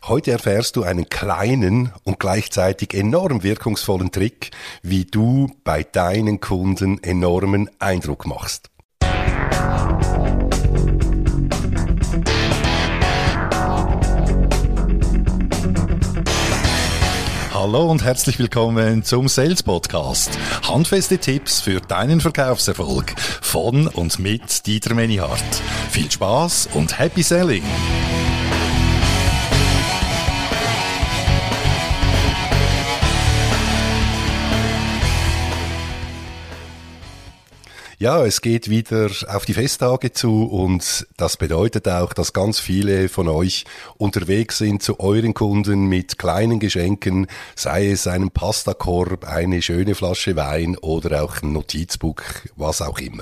Heute erfährst du einen kleinen und gleichzeitig enorm wirkungsvollen Trick, wie du bei deinen Kunden enormen Eindruck machst. Hallo und herzlich willkommen zum Sales Podcast. Handfeste Tipps für deinen Verkaufserfolg von und mit Dieter Menihardt. Viel Spaß und Happy Selling! Ja, es geht wieder auf die Festtage zu und das bedeutet auch, dass ganz viele von euch unterwegs sind zu euren Kunden mit kleinen Geschenken, sei es einen Pastakorb, eine schöne Flasche Wein oder auch ein Notizbuch, was auch immer.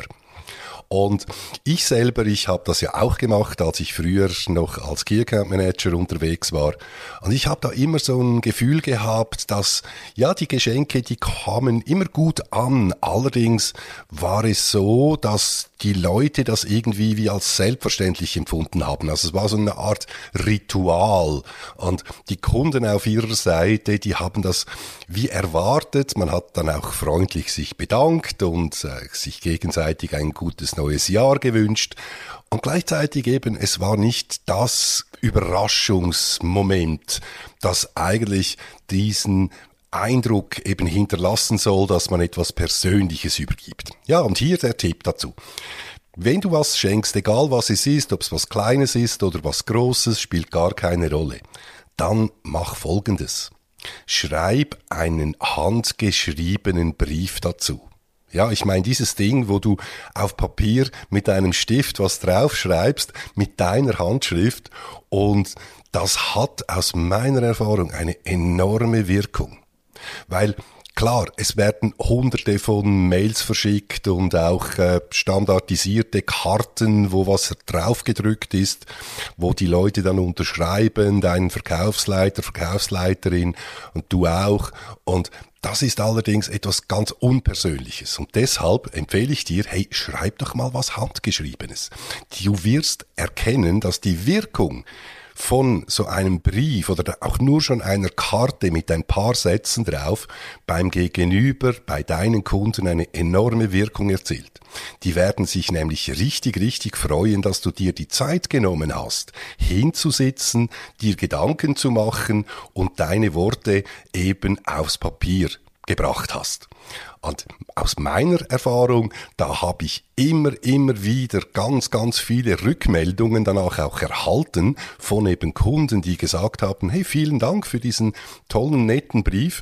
Und ich habe das ja auch gemacht, als ich früher noch als Key Account Manager unterwegs war. Und ich habe da immer so ein Gefühl gehabt, dass, ja, die Geschenke, die kamen immer gut an. Allerdings war es so, dass die Leute das irgendwie wie als selbstverständlich empfunden haben. Also es war so eine Art Ritual. Und die Kunden auf ihrer Seite, die haben das wie erwartet. Man hat dann auch freundlich sich bedankt und sich gegenseitig ein gutes neues Jahr gewünscht. Und gleichzeitig eben, es war nicht das Überraschungsmoment, das eigentlich diesen Eindruck eben hinterlassen soll, dass man etwas Persönliches übergibt. Ja, und hier der Tipp dazu. Wenn du was schenkst, egal was es ist, ob es was Kleines ist oder was Großes, spielt gar keine Rolle. Dann mach Folgendes. Schreib einen handgeschriebenen Brief dazu. Ja, ich meine dieses Ding, wo du auf Papier mit einem Stift was draufschreibst, mit deiner Handschrift, und das hat aus meiner Erfahrung eine enorme Wirkung. Weil, klar, es werden hunderte von Mails verschickt und auch standardisierte Karten, wo was draufgedrückt ist, wo die Leute dann unterschreiben, dein Verkaufsleiter, Verkaufsleiterin und du auch. Und das ist allerdings etwas ganz Unpersönliches. Und deshalb empfehle ich dir, hey, schreib doch mal was Handgeschriebenes. Du wirst erkennen, dass die Wirkung von so einem Brief oder auch nur schon einer Karte mit ein paar Sätzen drauf beim Gegenüber, bei deinen Kunden eine enorme Wirkung erzielt. Die werden sich nämlich richtig freuen, dass du dir die Zeit genommen hast, hinzusitzen, dir Gedanken zu machen und deine Worte eben aufs Papier gebracht hast. Und aus meiner Erfahrung, da habe ich immer wieder ganz viele Rückmeldungen danach auch erhalten von eben Kunden, die gesagt haben, hey, vielen Dank für diesen tollen, netten Brief.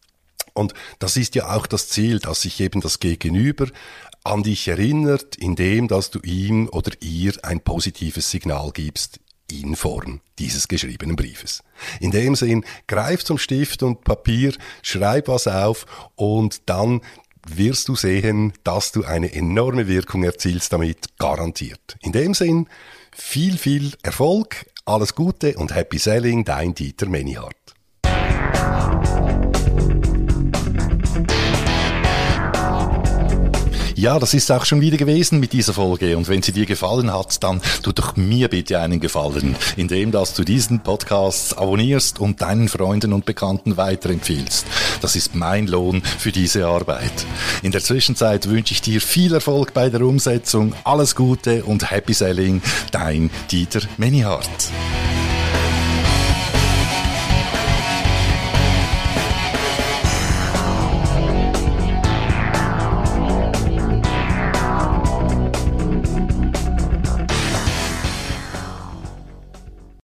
Und das ist ja auch das Ziel, dass sich eben das Gegenüber an dich erinnert, indem dass du ihm oder ihr ein positives Signal gibst in Form dieses geschriebenen Briefes. In dem Sinn, greif zum Stift und Papier, schreib was auf und dann wirst du sehen, dass du eine enorme Wirkung erzielst damit, garantiert. In dem Sinn, viel Erfolg, alles Gute und Happy Selling, dein Dieter Menihardt. Ja, das ist auch schon wieder gewesen mit dieser Folge, und wenn sie dir gefallen hat, dann tu doch mir bitte einen Gefallen, indem dass du diesen Podcast abonnierst und deinen Freunden und Bekannten weiterempfiehlst. Das ist mein Lohn für diese Arbeit. In der Zwischenzeit wünsche ich dir viel Erfolg bei der Umsetzung, alles Gute und Happy Selling, dein Dieter Menihardt.